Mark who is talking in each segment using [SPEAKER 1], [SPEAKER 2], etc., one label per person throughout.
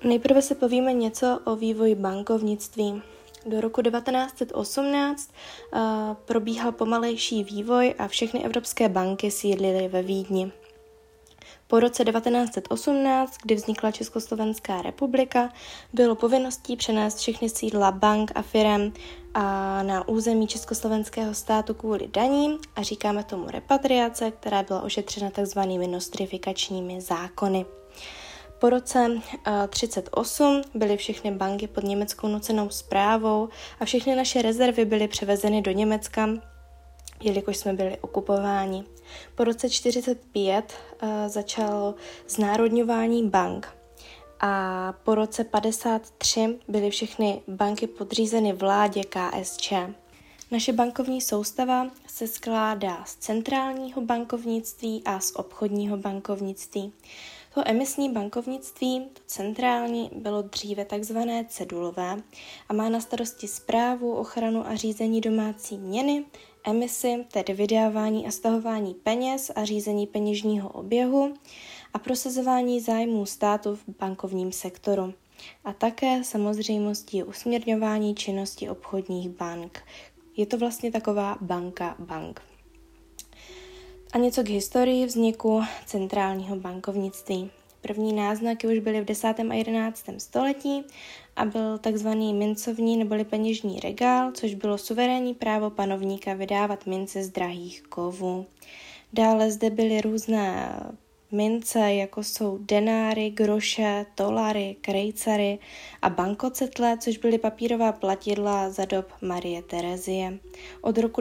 [SPEAKER 1] Nejprve si povíme něco o vývoji bankovnictví. Do roku 1918 probíhal pomalejší vývoj a všechny evropské banky sídlily ve Vídni. Po roce 1918, kdy vznikla Československá republika, bylo povinností přenést všechny sídla bank a firem na území československého státu kvůli daním a říkáme tomu repatriace, která byla ošetřena takzvanými nostrifikačními zákony. Po roce 1938 byly všechny banky pod německou nucenou správou a všechny naše rezervy byly převezeny do Německa, jelikož jsme byli okupováni. Po roce 1945 začalo znárodňování bank a po roce 1953 byly všechny banky podřízeny vládě KSČ. Naše bankovní soustava se skládá z centrálního bankovnictví a z obchodního bankovnictví. To emisní bankovnictví, to centrální, bylo dříve takzvané cedulové a má na starosti správu, ochranu a řízení domácí měny, emisi, tedy vydávání a stahování peněz a řízení peněžního oběhu a prosazování zájmů státu v bankovním sektoru. A také samozřejmostí usměrňování činnosti obchodních bank. Je to vlastně taková banka bank. A něco k historii vzniku centrálního bankovnictví. První náznaky už byly v 10. a 11. století a byl takzvaný mincovní neboli peněžní regál, což bylo suverénní právo panovníka vydávat mince z drahých kovů. Dále zde byly různé mince, jako jsou denáry, groše, tolary, krejcary a bankocetle, což byly papírová platidla za dob Marie Terezie. Od roku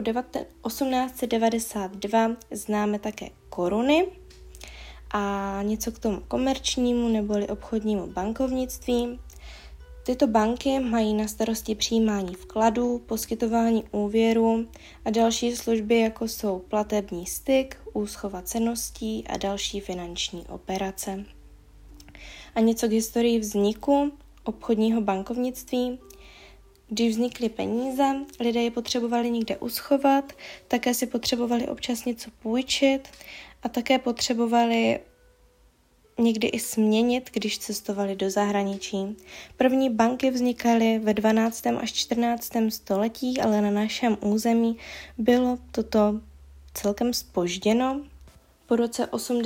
[SPEAKER 1] 1892 známe také koruny a něco k tomu komerčnímu neboli obchodnímu bankovnictví. Tyto banky mají na starosti přijímání vkladů, poskytování úvěru a další služby, jako jsou platební styk, úschova cenností a další finanční operace. A něco k historii vzniku obchodního bankovnictví. Když vznikly peníze, lidé je potřebovali někde uschovat, také si potřebovali občas něco půjčit a také potřebovali někdy i směnit, když cestovali do zahraničí. První banky vznikaly ve 12. až 14. století, ale na našem území bylo toto celkem zpožděno. Po roce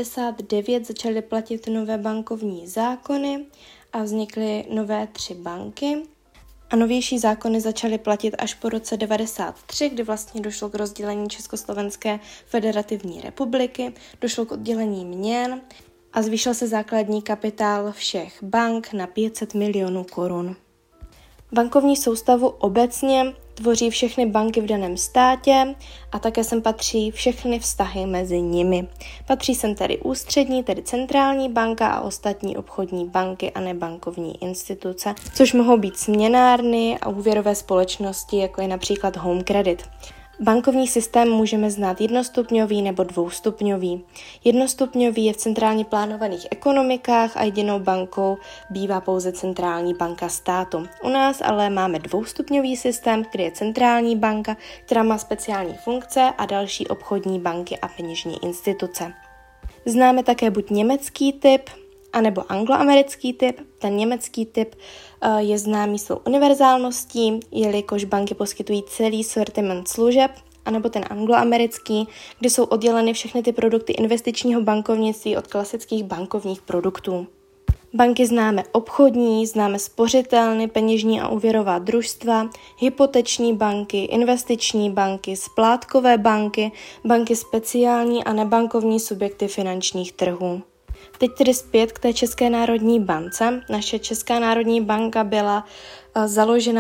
[SPEAKER 1] 89 začaly platit nové bankovní zákony a vznikly nové 3 banky. A novější zákony začaly platit až po roce 93, kdy vlastně došlo k rozdělení Československé federativní republiky, došlo k oddělení měn a zvýšil se základní kapitál všech bank na 500 milionů korun. Bankovní soustavu obecně tvoří všechny banky v daném státě a také sem patří všechny vztahy mezi nimi. Patří sem tedy ústřední, tedy centrální banka a ostatní obchodní banky a nebankovní instituce, což mohou být směnárny a úvěrové společnosti, jako je například Home Credit. Bankovní systém můžeme znát jednostupňový nebo dvoustupňový. Jednostupňový je v centrálně plánovaných ekonomikách a jedinou bankou bývá pouze centrální banka státu. U nás ale máme dvoustupňový systém, kde je centrální banka, která má speciální funkce a další obchodní banky a peněžní instituce. Známe také buď německý typ, anebo angloamerický typ. Ten německý typ je známý svou univerzálností, jelikož banky poskytují celý sortiment služeb, anebo ten angloamerický, kde jsou odděleny všechny ty produkty investičního bankovnictví od klasických bankovních produktů. Banky známe obchodní, známe spořitelny, peněžní a úvěrová družstva, hypoteční banky, investiční banky, splátkové banky, banky speciální a nebankovní subjekty finančních trhů. Teď tedy zpět k té České národní bance. Naše Česká národní banka byla založena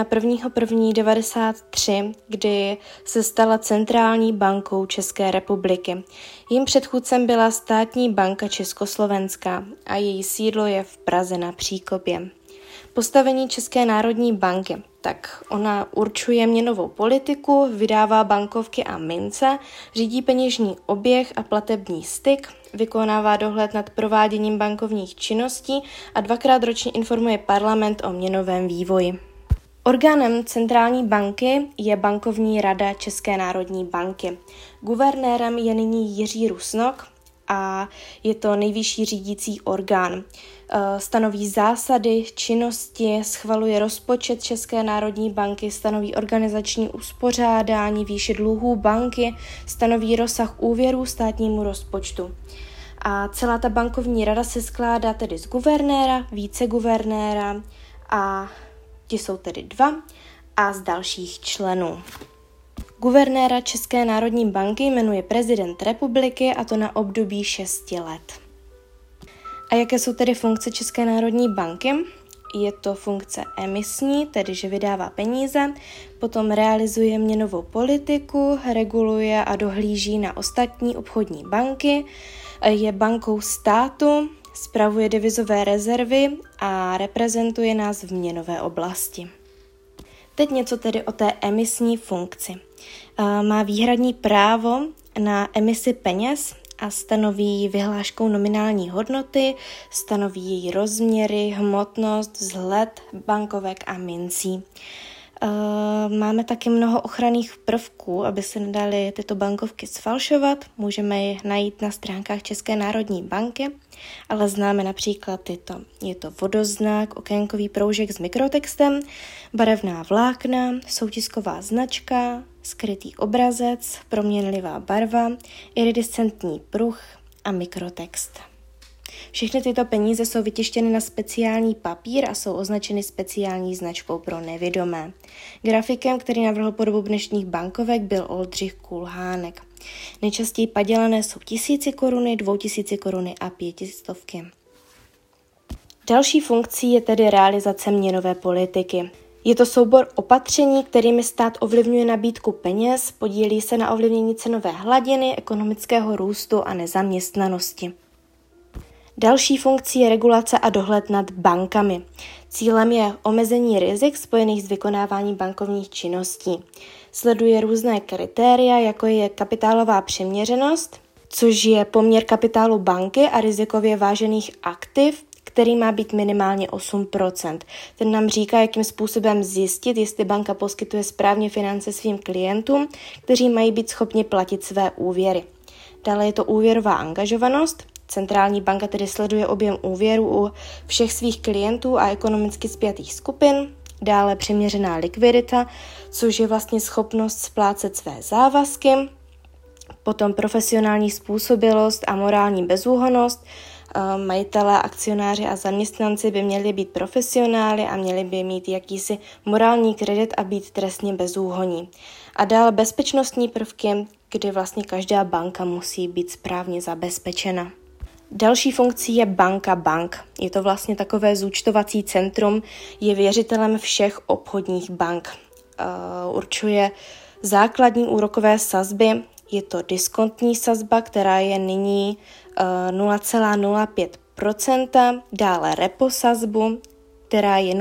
[SPEAKER 1] 1.1.1993, kdy se stala centrální bankou České republiky. Jejím předchůdcem byla Státní banka Československá a její sídlo je v Praze na Příkopě. Postavení České národní banky. Tak ona určuje měnovou politiku, vydává bankovky a mince, řídí peněžní oběh a platební styk, vykonává dohled nad prováděním bankovních činností a 2krát ročně informuje parlament o měnovém vývoji. Orgánem centrální banky je Bankovní rada České národní banky. Guvernérem je nyní Jiří Rusnok a je to nejvyšší řídící orgán. stanoví zásady činnosti, schvaluje rozpočet České národní banky, stanoví organizační uspořádání, výši dluhů banky, stanoví rozsah úvěrů státnímu rozpočtu. A celá ta bankovní rada se skládá tedy z guvernéra, viceguvernéra a ti jsou tedy 2 a z dalších členů. Guvernéra České národní banky jmenuje prezident republiky a to na období 6 let. A jaké jsou tedy funkce České národní banky? Je to funkce emisní, tedy že vydává peníze, potom realizuje měnovou politiku, reguluje a dohlíží na ostatní obchodní banky, je bankou státu, spravuje devizové rezervy a reprezentuje nás v měnové oblasti. Teď něco tedy o té emisní funkci. Má výhradní právo na emisi peněz a stanoví vyhláškou nominální hodnoty, stanoví její rozměry, hmotnost, vzhled bankovek a mincí. Máme taky mnoho ochranných prvků, aby se nedaly tyto bankovky sfalšovat. Můžeme je najít na stránkách České národní banky, ale známe například tyto. Je to vodoznak, okénkový proužek s mikrotextem, barevná vlákna, soutisková značka, skrytý obrazec, proměnlivá barva, iridescentní pruh a mikrotext. Všechny tyto peníze jsou vytištěny na speciální papír a jsou označeny speciální značkou pro nevidomé. Grafikem, který navrhl podobu dnešních bankovek, byl Oldřich Kulhánek. Nejčastěji padělané jsou 1000 koruny, 2000 koruny a 500. Další funkcí je tedy realizace měnové politiky. Je to soubor opatření, kterými stát ovlivňuje nabídku peněz, podílí se na ovlivnění cenové hladiny, ekonomického růstu a nezaměstnanosti. Další funkcí je regulace a dohled nad bankami. Cílem je omezení rizik spojených s vykonáváním bankovních činností. Sleduje různé kritéria, jako je kapitálová přiměřenost, což je poměr kapitálu banky a rizikově vážených aktiv, který má být minimálně 8%. Ten nám říká, jakým způsobem zjistit, jestli banka poskytuje správně finance svým klientům, kteří mají být schopni platit své úvěry. Dále je to úvěrová angažovanost. Centrální banka tedy sleduje objem úvěru u všech svých klientů a ekonomicky spjatých skupin. Dále přiměřená likvidita, což je vlastně schopnost splácet své závazky. Potom profesionální způsobilost a morální bezúhonnost. Majitelé, akcionáři a zaměstnanci by měli být profesionály a měli by mít jakýsi morální kredit a být trestně bezúhonní. A dále bezpečnostní prvky, kdy vlastně každá banka musí být správně zabezpečena. Další funkcí je banka bank. Je to vlastně takové zúčtovací centrum, je věřitelem všech obchodních bank. Určuje základní úrokové sazby, je to diskontní sazba, která je nyní 0,05%, dále repo sazbu, která je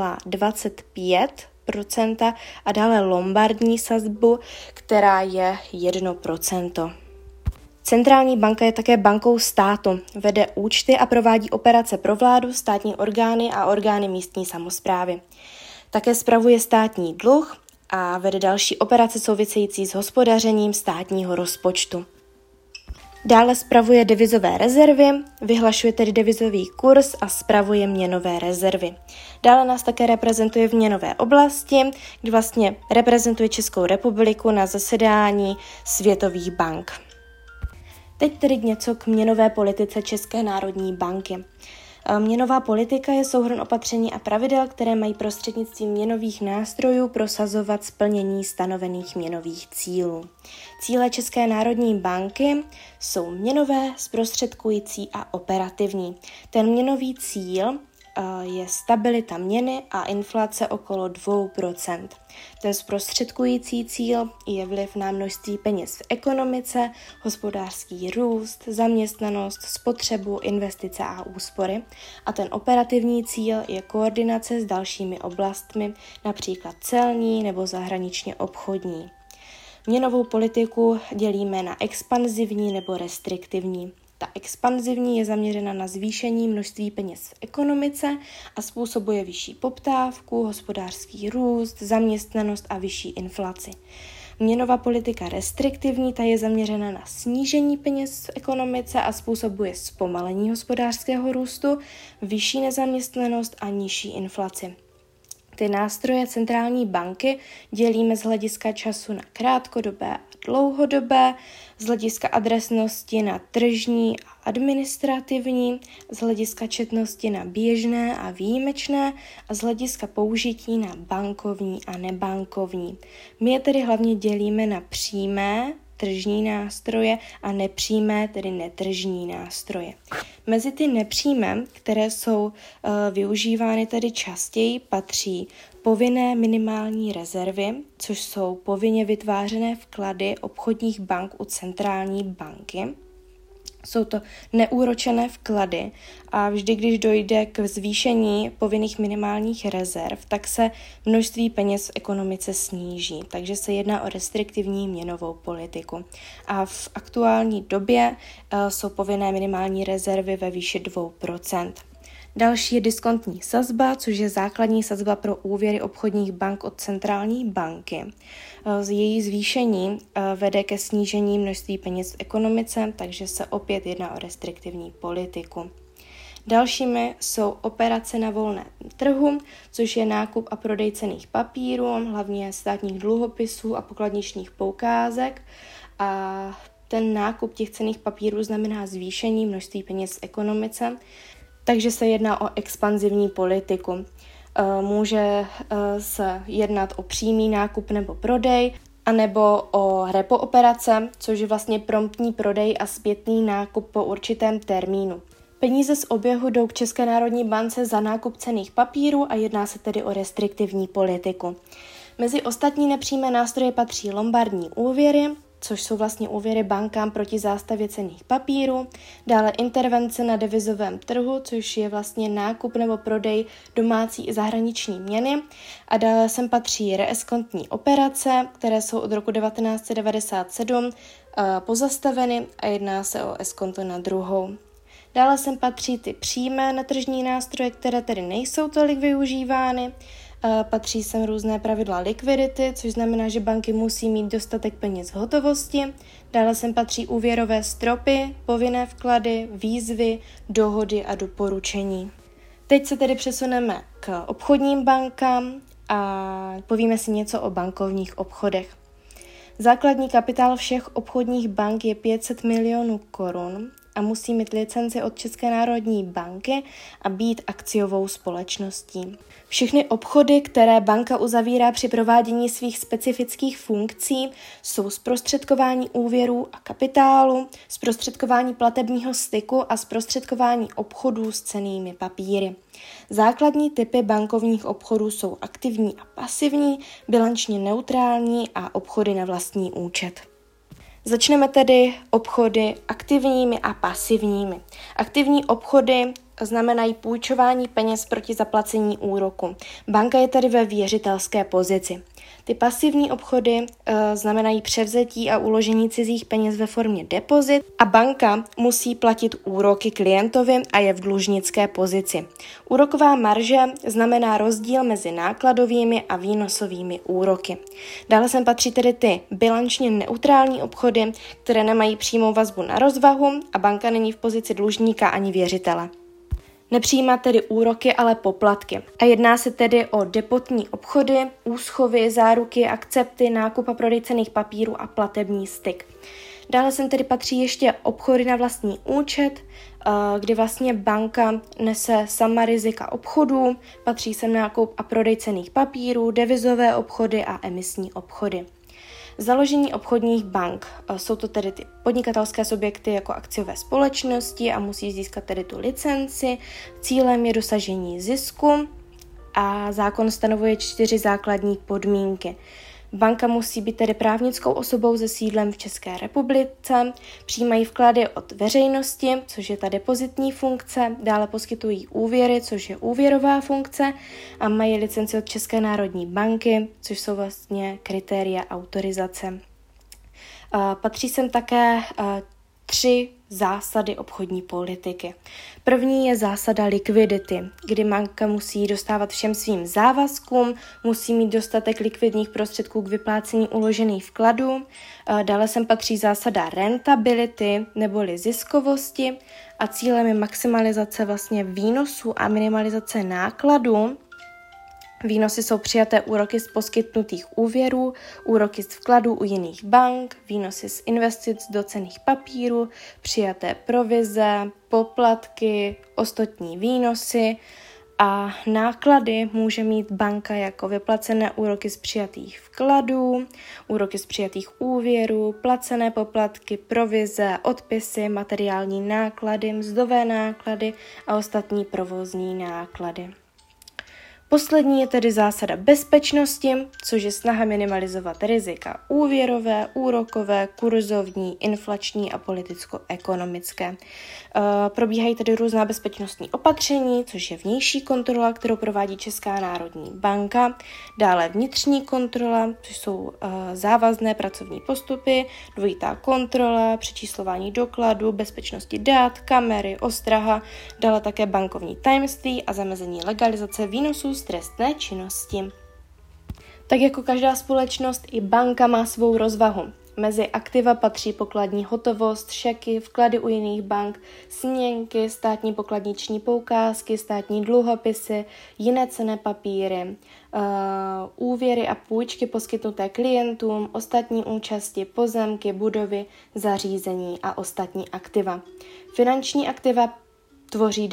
[SPEAKER 1] 0,25% a dále lombardní sazbu, která je 1%. Centrální banka je také bankou státu, vede účty a provádí operace pro vládu, státní orgány a orgány místní samosprávy. Také spravuje státní dluh a vede další operace související s hospodařením státního rozpočtu. Dále spravuje devizové rezervy, vyhlašuje tedy devizový kurz a spravuje měnové rezervy. Dále nás také reprezentuje v měnové oblasti, kdy vlastně reprezentuje Českou republiku na zasedání světových bank. Teď tedy něco k měnové politice České národní banky. Měnová politika je souhrn opatření a pravidel, které mají prostřednictvím měnových nástrojů prosazovat splnění stanovených měnových cílů. Cíle České národní banky jsou měnové, zprostředkující a operativní. Ten měnový cíl je stabilita měny a inflace okolo 2%. Ten zprostředkující cíl je vliv na množství peněz v ekonomice, hospodářský růst, zaměstnanost, spotřebu, investice a úspory. A ten operativní cíl je koordinace s dalšími oblastmi, například celní nebo zahraničně obchodní. Měnovou politiku dělíme na expanzivní nebo restriktivní. Ta expanzivní je zaměřena na zvýšení množství peněz v ekonomice a způsobuje vyšší poptávku, hospodářský růst, zaměstnanost a vyšší inflaci. Měnová politika restriktivní, ta je zaměřena na snížení peněz v ekonomice a způsobuje zpomalení hospodářského růstu, vyšší nezaměstnanost a nižší inflaci. Ty nástroje centrální banky dělíme z hlediska času na krátkodobé a dlouhodobé, z hlediska adresnosti na tržní a administrativní, z hlediska četnosti na běžné a výjimečné a z hlediska použití na bankovní a nebankovní. My je tedy hlavně dělíme na přímé tržní nástroje a nepřímé, tedy netržní nástroje. Mezi ty nepřímé, které jsou využívány tedy častěji, patří povinné minimální rezervy, což jsou povinně vytvářené vklady obchodních bank u centrální banky. Jsou to neúročené vklady a vždy, když dojde k zvýšení povinných minimálních rezerv, tak se množství peněz v ekonomice sníží, takže se jedná o restriktivní měnovou politiku. A v aktuální době jsou povinné minimální rezervy ve výši 2%. Další je diskontní sazba, což je základní sazba pro úvěry obchodních bank od centrální banky. Její zvýšení vede ke snížení množství peněz v ekonomice, takže se opět jedná o restriktivní politiku. Dalšími jsou operace na volném trhu, což je nákup a prodej cenných papírů, hlavně státních dluhopisů a pokladničních poukázek. A ten nákup těch cenných papírů znamená zvýšení množství peněz v ekonomice, takže se jedná o expanzivní politiku. Může se jednat o přímý nákup nebo prodej, anebo o repo operace, což je vlastně promptní prodej a zpětný nákup po určitém termínu. Peníze z oběhu jdou k České národní bance za nákup cenných papírů a jedná se tedy o restriktivní politiku. Mezi ostatní nepřímé nástroje patří lombardní úvěry, což jsou vlastně úvěry bankám proti zástavě cenných papírů, dále intervence na devizovém trhu, což je vlastně nákup nebo prodej domácí i zahraniční měny, a dále sem patří reeskontní operace, které jsou od roku 1997 pozastaveny a jedná se o eskonto na druhou. Dále sem patří ty přímé netržní nástroje, které tedy nejsou tolik využívány. Patří sem různé pravidla likvidity, což znamená, že banky musí mít dostatek peněz v hotovosti. Dále sem patří úvěrové stropy, povinné vklady, výzvy, dohody a doporučení. Teď se tedy přesuneme k obchodním bankám a povíme si něco o bankovních obchodech. Základní kapitál všech obchodních bank je 500 milionů korun a musí mít licenci od České národní banky a být akciovou společností. Všechny obchody, které banka uzavírá při provádění svých specifických funkcí, jsou zprostředkování úvěrů a kapitálu, zprostředkování platebního styku a zprostředkování obchodů s cennými papíry. Základní typy bankovních obchodů jsou aktivní a pasivní, bilančně neutrální a obchody na vlastní účet. Začneme tedy obchody aktivními a pasivními. Aktivní obchody znamenají půjčování peněz proti zaplacení úroku. Banka je tedy ve věřitelské pozici. Ty pasivní obchody znamenají převzetí a uložení cizích peněz ve formě depozit a banka musí platit úroky klientovi a je v dlužnické pozici. Úroková marže znamená rozdíl mezi nákladovými a výnosovými úroky. Dále sem patří tedy ty bilančně neutrální obchody, které nemají přímou vazbu na rozvahu a banka není v pozici dlužníka ani věřitele. Nepřijímá tedy úroky, ale poplatky. A jedná se tedy o depotní obchody, úschovy, záruky, akcepty, nákup a prodej cenných papírů a platební styk. Dále sem tedy patří ještě obchody na vlastní účet, kdy vlastně banka nese sama rizika obchodů, patří sem nákup a prodej cenných papírů, devizové obchody a emisní obchody. Založení obchodních bank. Jsou to tedy ty podnikatelské subjekty jako akciové společnosti a musí získat tedy tu licenci. Cílem je dosažení zisku a zákon stanovuje 4 základní podmínky. Banka musí být tedy právnickou osobou se sídlem v České republice, přijímají vklady od veřejnosti, což je ta depozitní funkce, dále poskytují úvěry, což je úvěrová funkce a mají licenci od České národní banky, což jsou vlastně kritéria autorizace. Patří sem také 3 zásady obchodní politiky. První je zásada likvidity, kdy banka musí dostávat všem svým závazkům, musí mít dostatek likvidních prostředků k vyplácení uložených vkladů. Dále sem patří zásada rentability neboli ziskovosti a cílem je maximalizace vlastně výnosů a minimalizace nákladů. Výnosy jsou přijaté úroky z poskytnutých úvěrů, úroky z vkladů u jiných bank, výnosy z investic do cenných papírů, přijaté provize, poplatky, ostatní výnosy a náklady může mít banka jako vyplacené úroky z přijatých vkladů, úroky z přijatých úvěrů, placené poplatky, provize, odpisy, materiální náklady, mzdové náklady a ostatní provozní náklady. Poslední je tedy zásada bezpečnosti, což je snaha minimalizovat rizika úvěrové, úrokové, kurzovní, inflační a politicko-ekonomické. Probíhají tedy různá bezpečnostní opatření, což je vnější kontrola, kterou provádí Česká národní banka, dále vnitřní kontrola, což jsou závazné pracovní postupy, dvojitá kontrola, přečíslování dokladů, bezpečnosti dat, kamery, ostraha, dále také bankovní tajemství a zamezení legalizace výnosů z trestné činnosti. Tak jako každá společnost, i banka má svou rozvahu. Mezi aktiva patří pokladní hotovost, šeky, vklady u jiných bank, směnky, státní pokladniční poukázky, státní dluhopisy, jiné cenné papíry, úvěry a půjčky poskytnuté klientům, ostatní účasti, pozemky, budovy, zařízení a ostatní aktiva. Finanční aktiva tvoří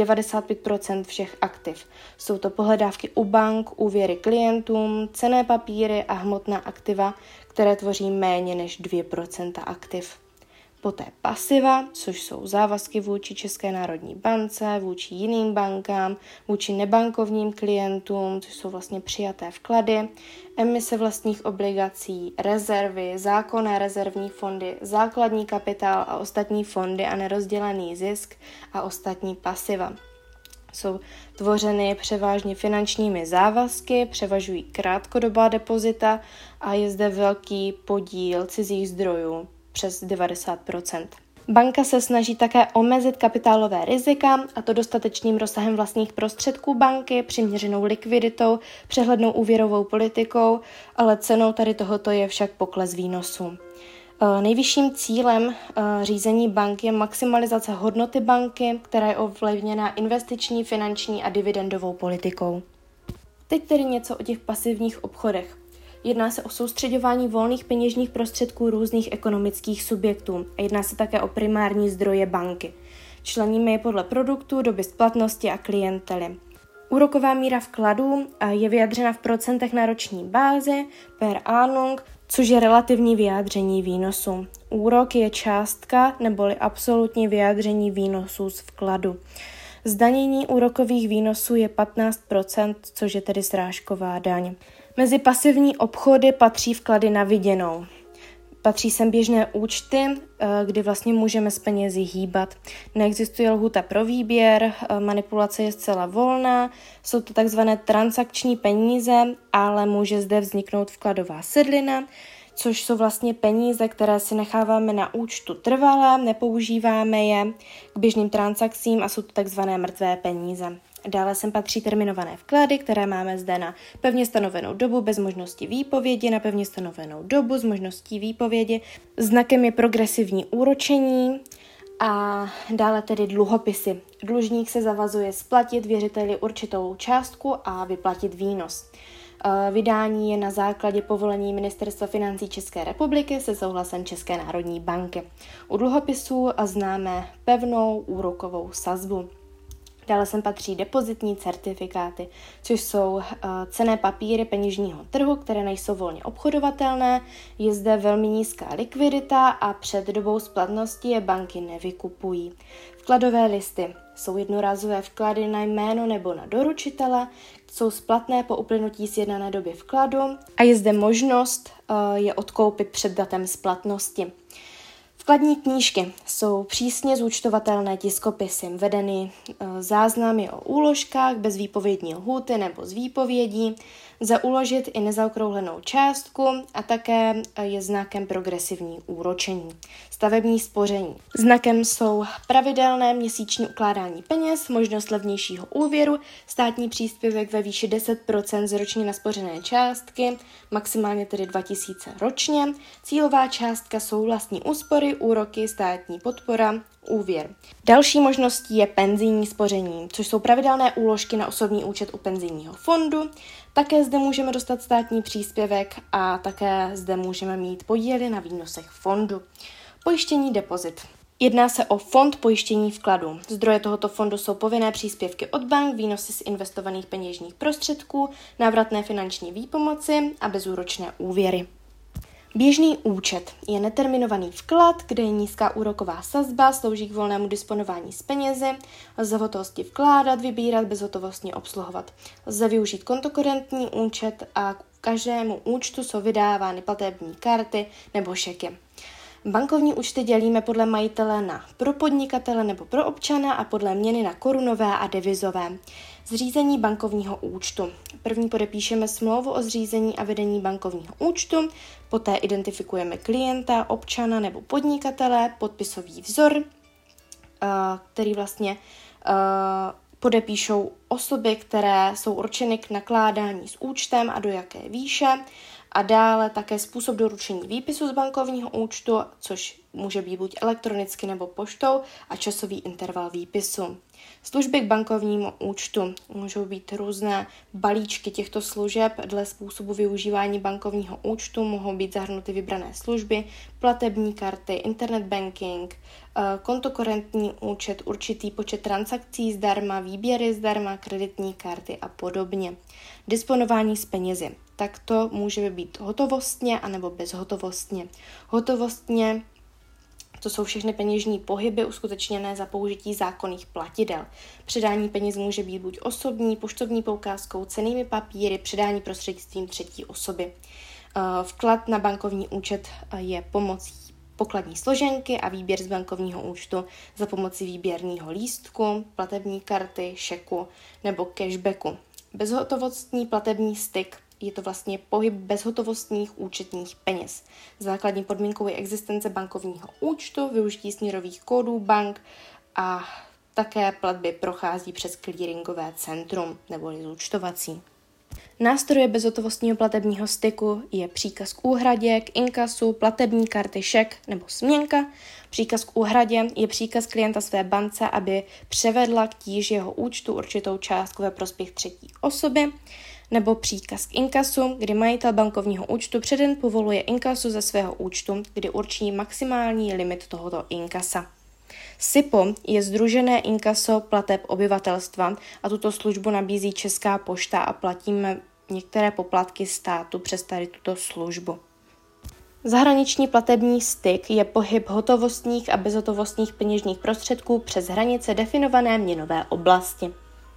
[SPEAKER 1] 95% všech aktiv. Jsou to pohledávky u bank, úvěry klientům, cenné papíry a hmotná aktiva, které tvoří méně než 2% aktiv. Poté pasiva, což jsou závazky vůči České národní bance, vůči jiným bankám, vůči nebankovním klientům, což jsou vlastně přijaté vklady, emise vlastních obligací, rezervy, zákonné rezervní fondy, základní kapitál a ostatní fondy a nerozdělený zisk a ostatní pasiva. Jsou tvořeny převážně finančními závazky, převažují krátkodobá depozita a je zde velký podíl cizích zdrojů, přes 90%. Banka se snaží také omezit kapitálové rizika, a to dostatečným rozsahem vlastních prostředků banky, přiměřenou likviditou, přehlednou úvěrovou politikou, ale cenou tady tohoto je však pokles výnosů. Nejvyšším cílem řízení banky je maximalizace hodnoty banky, která je ovlivněna investiční, finanční a dividendovou politikou. Teď tedy něco o těch pasivních obchodech. Jedná se o soustřeďování volných peněžních prostředků různých ekonomických subjektů a jedná se také o primární zdroje banky. Členíme je podle produktů, doby splatnosti a klientely. Úroková míra vkladů je vyjadřena v procentech na roční bázi per annum, což je relativní vyjádření výnosu. Úrok je částka neboli absolutní vyjádření výnosů z vkladu. Zdanění úrokových výnosů je 15%, což je tedy srážková daň. Mezi pasivní obchody patří vklady na viděnou. Patří sem běžné účty, kdy vlastně můžeme s penězi hýbat. Neexistuje lhůta pro výběr, manipulace je zcela volná, jsou to takzvané transakční peníze, ale může zde vzniknout vkladová sedlina, což jsou vlastně peníze, které si necháváme na účtu trvale, nepoužíváme je k běžným transakcím a jsou to takzvané mrtvé peníze. Dále sem patří terminované vklady, které máme zde na pevně stanovenou dobu bez možnosti výpovědi, na pevně stanovenou dobu s možností výpovědi. Znakem je progresivní úročení a dále tedy dluhopisy. Dlužník se zavazuje splatit věřiteli určitou částku a vyplatit výnos. Vydání je na základě povolení Ministerstva financí České republiky se souhlasem České národní banky. U dluhopisů známe pevnou úrokovou sazbu. Dále sem patří depozitní certifikáty, což jsou cenné papíry peněžního trhu, které nejsou volně obchodovatelné, je zde velmi nízká likvidita a před dobou splatnosti je banky nevykupují. Vkladové listy jsou jednorázové vklady na jméno nebo na doručitele, jsou splatné po uplynutí sjednané doby vkladu a je zde možnost je odkoupit před datem splatnosti. Vkladní knížky jsou přísně zúčtovatelné tiskopisy, vedeny záznamy o úložkách bez výpovědní lhůty nebo z výpovědí, lze uložit i nezaokrouhlenou částku a také je znakem progresivní úročení. stavební spoření. Znakem jsou pravidelné měsíční ukládání peněz, možnost levnějšího úvěru, státní příspěvek ve výši 10% z ročně naspořené částky, maximálně tedy 2000 ročně, cílová částka jsou vlastní úspory, úroky, státní podpora, úvěr. Další možností je penzijní spoření, což jsou pravidelné úložky na osobní účet u penzijního fondu. Také zde můžeme dostat státní příspěvek a také zde můžeme mít podíly na výnosech fondu. Pojištění depozit. Jedná se o fond pojištění vkladu. Zdroje tohoto fondu jsou povinné příspěvky od bank, výnosy z investovaných peněžních prostředků, návratné finanční výpomoci a bezúročné úvěry. Běžný účet je neterminovaný vklad, kde je nízká úroková sazba, slouží k volnému disponování s penězi, lze v hotovosti vkládat, vybírat, bezhotovostně obsluhovat. Lze využít kontokorentní účet a k každému účtu jsou vydávány platební karty nebo šeky. Bankovní účty dělíme podle majitele na pro podnikatele nebo pro občana a podle měny na korunové a devizové. Zřízení bankovního účtu. První podepíšeme smlouvu o zřízení a vedení bankovního účtu, poté identifikujeme klienta, občana nebo podnikatele, podpisový vzor, který vlastně podepíšou osoby, které jsou určeny k nakládání s účtem a do jaké výše, a dále také způsob doručení výpisu z bankovního účtu, což může být buď elektronicky nebo poštou, a časový interval výpisu. Služby k bankovnímu účtu. Můžou být různé balíčky těchto služeb. Dle způsobu využívání bankovního účtu mohou být zahrnuty vybrané služby, platební karty, internet banking, kontokorentní účet, určitý počet transakcí zdarma, výběry zdarma, kreditní karty a podobně. Disponování s penězi. Tak to může být hotovostně anebo bezhotovostně. Hotovostně to jsou všechny peněžní pohyby uskutečněné za použití zákonných platidel. Předání peněz může být buď osobní, poštovní poukázkou, cennými papíry, předání prostřednictvím třetí osoby. Vklad na bankovní účet je pomocí pokladní složenky a výběr z bankovního účtu za pomoci výběrního lístku, platební karty, šeku nebo cashbacku. Bezhotovostní platební styk je to vlastně pohyb bezhotovostních účetních peněz. Základní podmínkou je existence bankovního účtu, využití směrových kódů bank a také platby prochází přes clearingové centrum neboli zúčtovací. Nástroje bezhotovostního platebního styku je příkaz k úhradě, k inkasu, platební karty, šek nebo směnka. Příkaz k úhradě je příkaz klienta své bance, aby převedla k tíži jeho účtu určitou částku ve prospěch třetí osoby, nebo příkaz k inkasu, kdy majitel bankovního účtu předem povoluje inkasu ze svého účtu, kdy určí maximální limit tohoto inkasa. SIPO je sdružené inkaso plateb obyvatelstva a tuto službu nabízí Česká pošta a platíme některé poplatky státu přes tady tuto službu. Zahraniční platební styk je pohyb hotovostních a bezhotovostních peněžních prostředků přes hranice definované měnové oblasti.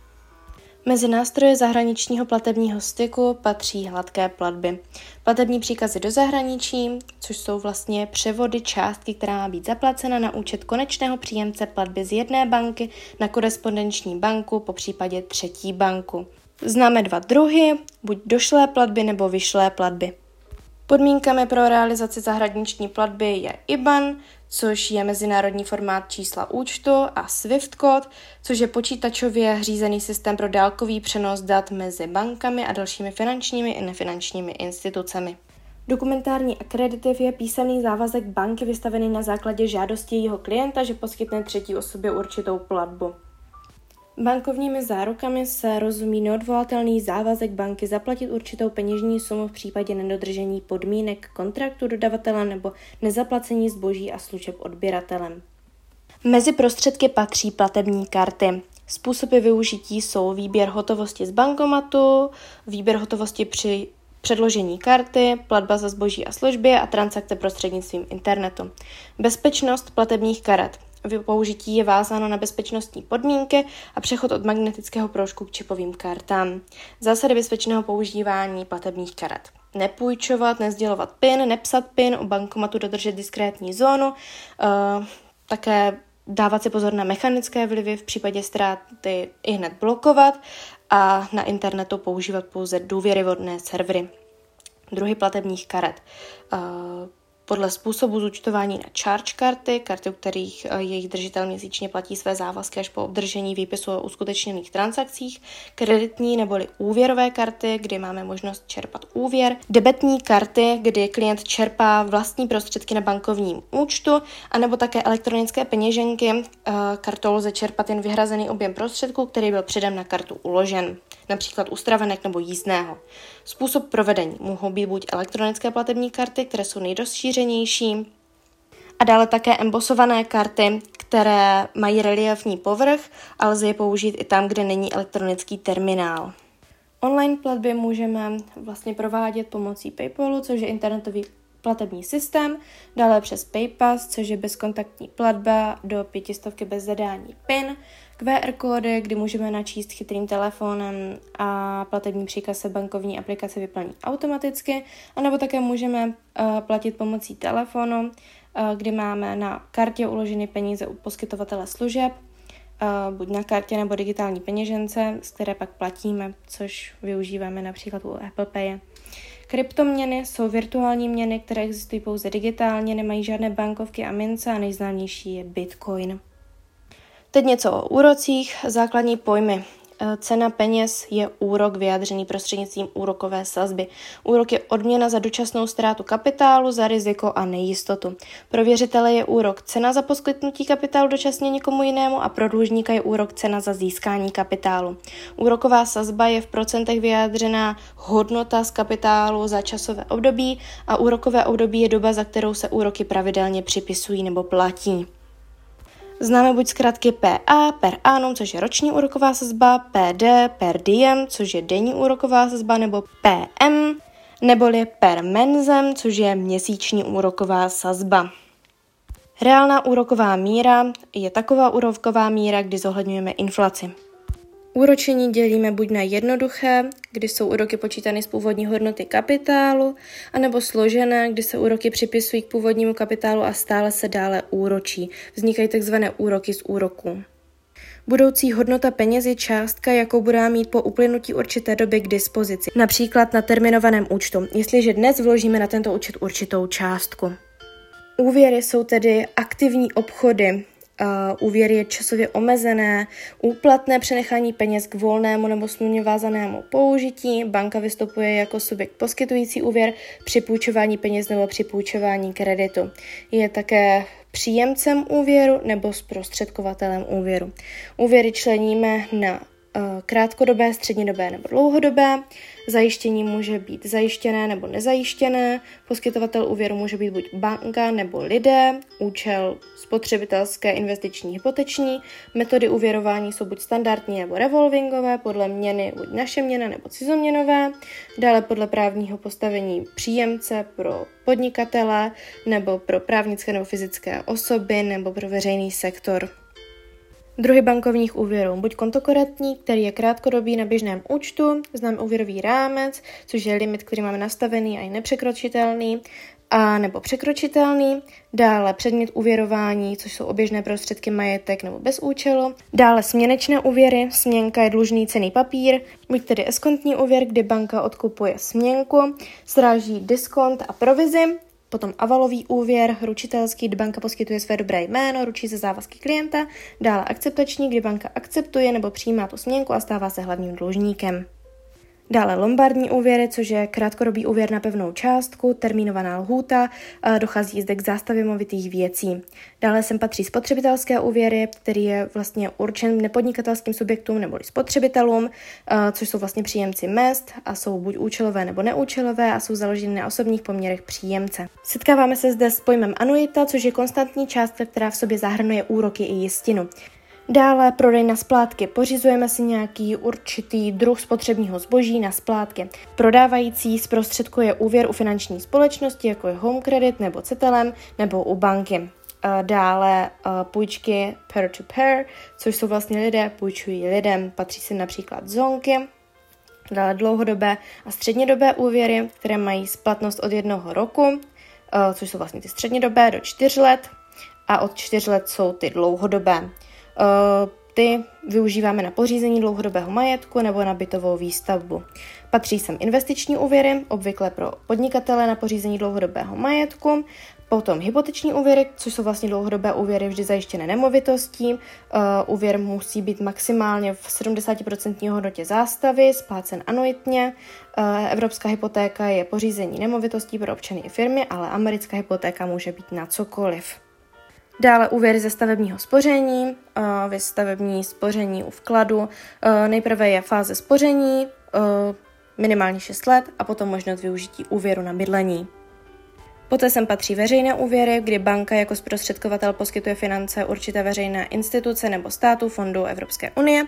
[SPEAKER 1] Mezi nástroje zahraničního platebního styku patří hladké platby. Platební příkazy do zahraničí, což jsou vlastně převody částky, která má být zaplacena na účet konečného příjemce platby z jedné banky na korespondenční banku, popřípadě třetí banku. Známe dva druhy, buď došlé platby nebo vyšlé platby. Podmínkami pro realizaci zahraniční platby je IBAN, což je mezinárodní formát čísla účtu, a SWIFT kód, což je počítačově řízený systém pro dálkový přenos dat mezi bankami a dalšími finančními i nefinančními institucemi. Dokumentární akreditiv je písemný závazek banky vystavený na základě žádosti jeho klienta, že poskytne třetí osobě určitou platbu. Bankovními zárukami se rozumí neodvolatelný závazek banky zaplatit určitou peněžní sumu v případě nedodržení podmínek kontraktu dodavatele nebo nezaplacení zboží a služeb odběratelem. Mezi prostředky patří platební karty. Způsoby využití jsou výběr hotovosti z bankomatu, výběr hotovosti při předložení karty, platba za zboží a služby a transakce prostřednictvím internetu. Bezpečnost platebních karet. Použití je vázáno na bezpečnostní podmínky a přechod od magnetického proužku k čipovým kartám. Zásady bezpečného používání platebních karet. Nepůjčovat, nesdělovat PIN, nepsat PIN, u bankomatu dodržet diskrétní zónu, také dávat si pozor na mechanické vlivy, v případě ztráty ihned blokovat a na internetu používat pouze důvěryhodné servery. Druhy platebních karet. podle způsobu zúčtování na charge karty, u kterých jejich držitel měsíčně platí své závazky až po obdržení výpisu o uskutečněných transakcích, kreditní neboli úvěrové karty, kdy máme možnost čerpat úvěr, debetní karty, kdy klient čerpá vlastní prostředky na bankovním účtu, anebo také elektronické peněženky. Kartou lze čerpat jen vyhrazený objem prostředků, který byl předem na kartu uložen, například u stravenek nebo jízdného. Způsob provedení mohou být buď elektronické platební karty, které jsou nejrozšířenější, a dále také embosované karty, které mají reliefní povrch a lze je použít i tam, kde není elektronický terminál. Online platby můžeme vlastně provádět pomocí PayPalu, což je internetový platební systém, dále přes PayPass, což je bezkontaktní platba do 500 bez zadání PIN, QR kódy, kdy můžeme načíst chytrým telefonem a platební příkaz se bankovní aplikace vyplní automaticky, anebo také můžeme platit pomocí telefonu, kdy máme na kartě uloženy peníze u poskytovatele služeb, buď na kartě nebo digitální peněžence, z které pak platíme, což využíváme například u Apple Pay. Kryptoměny jsou virtuální měny, které existují pouze digitálně, nemají žádné bankovky a mince a nejznámější je Bitcoin. Teď něco o úrocích. Základní pojmy. Cena peněz je úrok vyjádřený prostřednictvím úrokové sazby. Úrok je odměna za dočasnou ztrátu kapitálu, za riziko a nejistotu. Pro věřitele je úrok cena za poskytnutí kapitálu dočasně někomu jinému a pro dlužníka je úrok cena za získání kapitálu. Úroková sazba je v procentech vyjádřená hodnota z kapitálu za časové období a úrokové období je doba, za kterou se úroky pravidelně připisují nebo platí. Známe buď zkrátky PA, per annum, což je roční úroková sazba, PD, per diem, což je denní úroková sazba, nebo PM, neboli per mensem, což je měsíční úroková sazba. Reálná úroková míra je taková úroková míra, kdy zohledňujeme inflaci. Úročení dělíme buď na jednoduché, kdy jsou úroky počítány z původní hodnoty kapitálu, anebo složené, kdy se úroky připisují k původnímu kapitálu a stále se dále úročí. Vznikají tzv. Úroky z úroků. Budoucí hodnota peněz je částka, jakou budeme mít po uplynutí určité doby k dispozici, například na terminovaném účtu, jestliže dnes vložíme na tento účet určitou částku. Úvěry jsou tedy aktivní obchody. Úvěr je časově omezené, úplatné přenechání peněz k volnému nebo smluvně vázanému použití. Banka vystupuje jako subjekt poskytující úvěr při půjčování peněz nebo při půjčování kreditu. Je také příjemcem úvěru nebo zprostředkovatelem úvěru. Úvěry členíme na krátkodobé, střednědobé nebo dlouhodobé. Zajištění může být zajištěné nebo nezajištěné. Poskytovatel úvěru může být buď banka nebo lidé. Účel spotřebitelské, investiční, hypoteční. Metody úvěrování jsou buď standardní nebo revolvingové, podle měny buď naše měna nebo cizoměnové. Dále podle právního postavení příjemce pro podnikatele nebo pro právnické nebo fyzické osoby nebo pro veřejný sektor. Druhy bankovních úvěrů. Buď kontokorentní, který je krátkodobý na běžném účtu, známe úvěrový rámec, což je limit, který máme nastavený a je nepřekročitelný, a nebo překročitelný. Dále předmět úvěrování, což jsou oběžné prostředky, majetek nebo bez účelu. Dále směnečné úvěry, směnka je dlužný cenný papír, buď tedy eskontní úvěr, kdy banka odkupuje směnku, sráží diskont a provizi. Potom avalový úvěr, ručitelský, kdy banka poskytuje své dobré jméno, ručí za závazky klienta. Dále akceptační, kdy banka akceptuje nebo přijímá tu směnku a stává se hlavním dlužníkem. Dále lombardní úvěry, což je krátkodobý úvěr na pevnou částku, termínovaná lhůta, dochází zde k zástavě movitých věcí. Dále sem patří spotřebitelské úvěry, který je vlastně určen nepodnikatelským subjektům nebo spotřebitelům, což jsou vlastně příjemci mezd a jsou buď účelové nebo neúčelové a jsou založeny na osobních poměrech příjemce. Setkáváme se zde s pojmem anuita, což je konstantní částka, která v sobě zahrnuje úroky i jistinu. Dále prodej na splátky. Pořizujeme si nějaký určitý druh spotřebního zboží na splátky. Prodávající zprostředkuje úvěr u finanční společnosti, jako je Home Credit nebo Cetelem, nebo u banky. Dále půjčky peer-to-peer, což jsou vlastně lidé, půjčují lidem, patří si například zonky. Dále dlouhodobé a střednědobé úvěry, které mají splatnost od 1 roku, což jsou vlastně ty střednědobé do 4 let a od 4 let jsou ty dlouhodobé. Ty využíváme na pořízení dlouhodobého majetku nebo na bytovou výstavbu. Patří sem investiční úvěry, obvykle pro podnikatele na pořízení dlouhodobého majetku, potom hypoteční úvěry, což jsou vlastně dlouhodobé úvěry vždy zajištěné nemovitostí. Úvěr musí být maximálně v 70% hodnotě zástavy, splácen anuitně. Evropská hypotéka je pořízení nemovitostí pro občany i firmy, ale americká hypotéka může být na cokoliv. Dále úvěry ze stavebního spoření, stavební spoření u vkladu. Nejprve je fáze spoření, minimálně 6 let a potom možnost využití úvěru na bydlení. Poté sem patří veřejné úvěry, kdy banka jako zprostředkovatel poskytuje finance určité veřejné instituce nebo státu, fondů Evropské unie.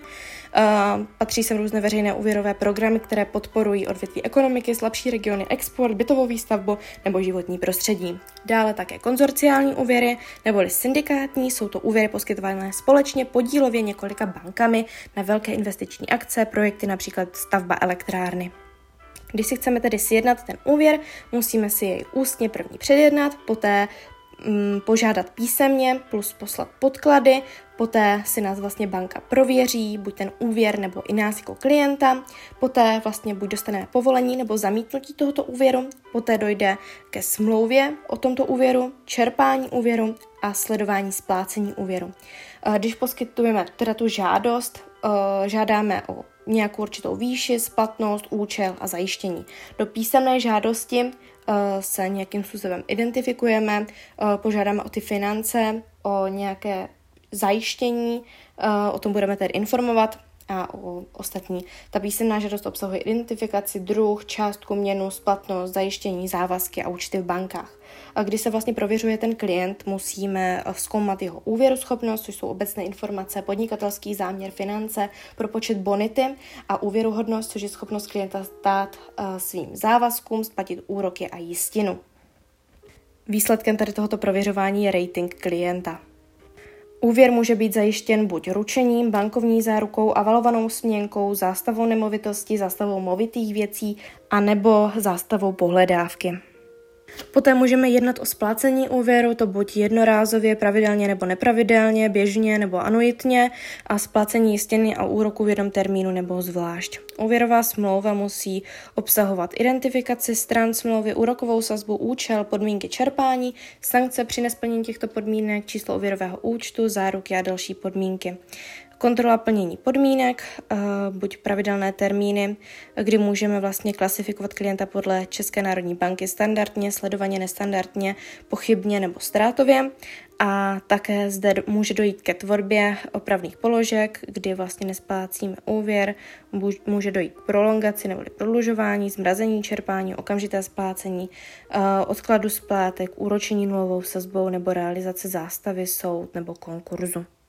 [SPEAKER 1] Patří sem různé veřejné úvěrové programy, které podporují odvětví ekonomiky, slabší regiony, export, bytovou výstavbu nebo životní prostředí. Dále také konzorciální úvěry neboli syndikátní, jsou to úvěry poskytované společně podílově několika bankami na velké investiční akce, projekty například stavba elektrárny. Když si chceme tedy sjednat ten úvěr, musíme si jej ústně první předjednat, poté požádat písemně plus poslat podklady, poté si nás vlastně banka prověří, buď ten úvěr nebo i nás jako klienta, poté vlastně buď dostaneme povolení nebo zamítnutí tohoto úvěru, poté dojde ke smlouvě o tomto úvěru, čerpání úvěru a sledování splácení úvěru. Když poskytujeme teda tu žádost, žádáme o nějakou určitou výši, splatnost, účel a zajištění. Do písemné žádosti se nějakým způsobem identifikujeme, požádáme o ty finance, o nějaké zajištění, o tom budeme tedy informovat a o ostatní. Ta písemná žádost obsahuje identifikaci, druh, částku, měnu, splatnost, zajištění, závazky a účty v bankách. A když se vlastně prověřuje ten klient, musíme zkoumat jeho úvěruschopnost, což jsou obecné informace, podnikatelský záměr, finance, propočet bonity a úvěruhodnost, což je schopnost klienta stát svým závazkům, splatit úroky a jistinu. Výsledkem tady tohoto prověřování je rating klienta. Úvěr může být zajištěn buď ručením, bankovní zárukou, avalovanou směnkou, zástavou nemovitosti, zástavou movitých věcí a nebo zástavou pohledávky. Poté můžeme jednat o splácení úvěru, to buď jednorázově, pravidelně nebo nepravidelně, běžně nebo anuitně a splácení jistiny a úroku v jednom termínu nebo zvlášť. Úvěrová smlouva musí obsahovat identifikaci stran smlouvy, úrokovou sazbu, účel, podmínky čerpání, sankce při nesplnění těchto podmínek, číslo úvěrového účtu, záruky a další podmínky. Kontrola plnění podmínek, buď pravidelné termíny, kdy můžeme vlastně klasifikovat klienta podle České národní banky standardně, sledovaně, nestandardně, pochybně nebo ztrátově. A také zde může dojít ke tvorbě opravných položek, kdy vlastně nesplácíme úvěr, může dojít k prolongaci nebo prodlužování, zmrazení čerpání, okamžité splácení, odkladu splátek, úročení nulovou sazbou nebo realizace zástavy, soud nebo konkurzu.